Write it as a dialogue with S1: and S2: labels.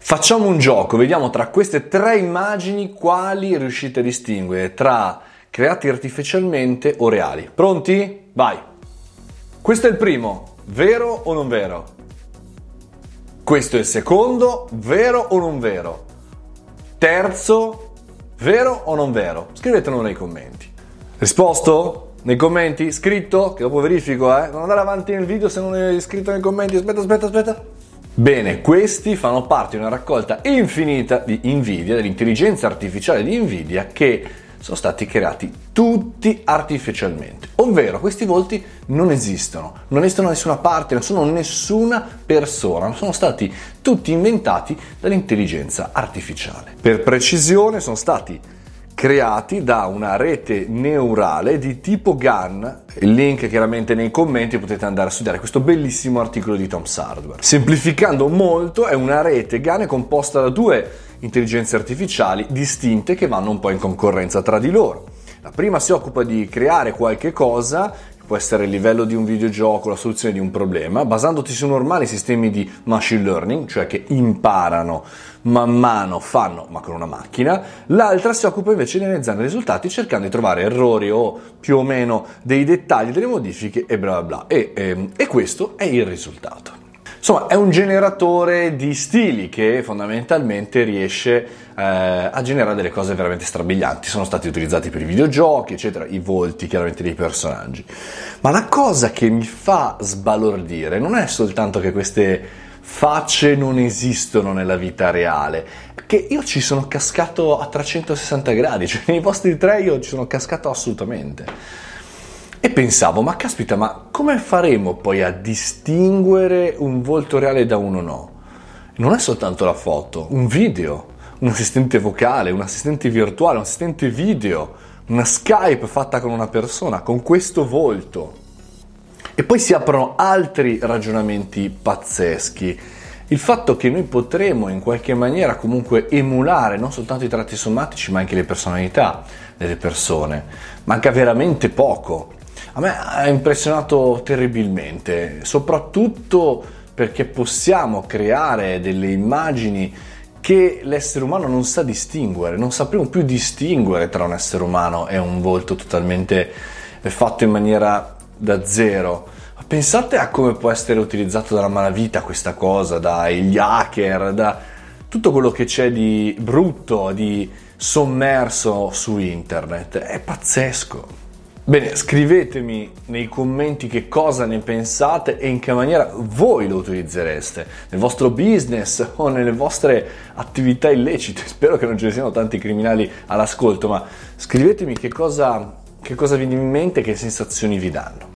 S1: Facciamo un gioco, vediamo tra queste tre immagini quali riuscite a distinguere tra creati artificialmente o reali. Pronti? Vai! Questo è il primo, vero o non vero? Questo è il secondo, vero o non vero? Terzo, vero o non vero? Scrivetelo nei commenti. Risposto? Nei commenti? Scritto? Che dopo verifico, Non andare avanti nel video se non è scritto nei commenti. Aspetta. Bene, questi fanno parte di una raccolta infinita di Nvidia, dell'intelligenza artificiale di Nvidia, che sono stati creati tutti artificialmente. Ovvero, questi volti non esistono da nessuna parte, non sono nessuna persona, sono stati tutti inventati dall'intelligenza artificiale. Per precisione, sono stati creati da una rete neurale di tipo GAN. Il link chiaramente nei commenti, potete andare a studiare questo bellissimo articolo di Tom's Hardware. Semplificando molto, è una rete GAN composta da due intelligenze artificiali distinte che vanno un po' in concorrenza tra di loro. La prima si occupa di creare qualche cosa, può essere il livello di un videogioco, la soluzione di un problema, basandoti su normali sistemi di machine learning, cioè che imparano man mano, fanno ma con una macchina. L'altra si occupa invece di analizzare i risultati cercando di trovare errori o più o meno dei dettagli, delle modifiche e bla bla bla. E questo è il risultato. Insomma, è un generatore di stili che fondamentalmente riesce a generare delle cose veramente strabilianti. Sono stati utilizzati per i videogiochi, eccetera, i volti chiaramente dei personaggi. Ma la cosa che mi fa sbalordire non è soltanto che queste facce non esistono nella vita reale, che io ci sono cascato a 360 gradi, cioè nei vostri tre io ci sono cascato assolutamente. E pensavo, ma caspita, ma come faremo poi a distinguere un volto reale da uno no? Non è soltanto la foto, un video, un assistente vocale, un assistente virtuale, un assistente video, una Skype fatta con una persona, con questo volto. E poi si aprono altri ragionamenti pazzeschi. Il fatto che noi potremo in qualche maniera comunque emulare non soltanto i tratti somatici ma anche le personalità delle persone. Manca veramente poco. A me ha impressionato terribilmente, soprattutto perché possiamo creare delle immagini che l'essere umano non sa distinguere, non sapremo più distinguere tra un essere umano e un volto totalmente fatto in maniera da zero. Pensate a come può essere utilizzato dalla malavita questa cosa, dagli hacker, da tutto quello che c'è di brutto, di sommerso su internet. È pazzesco. Bene, scrivetemi nei commenti che cosa ne pensate e in che maniera voi lo utilizzereste nel vostro business o nelle vostre attività illecite. Spero che non ce ne siano tanti criminali all'ascolto, ma scrivetemi che cosa vi viene in mente e che sensazioni vi danno.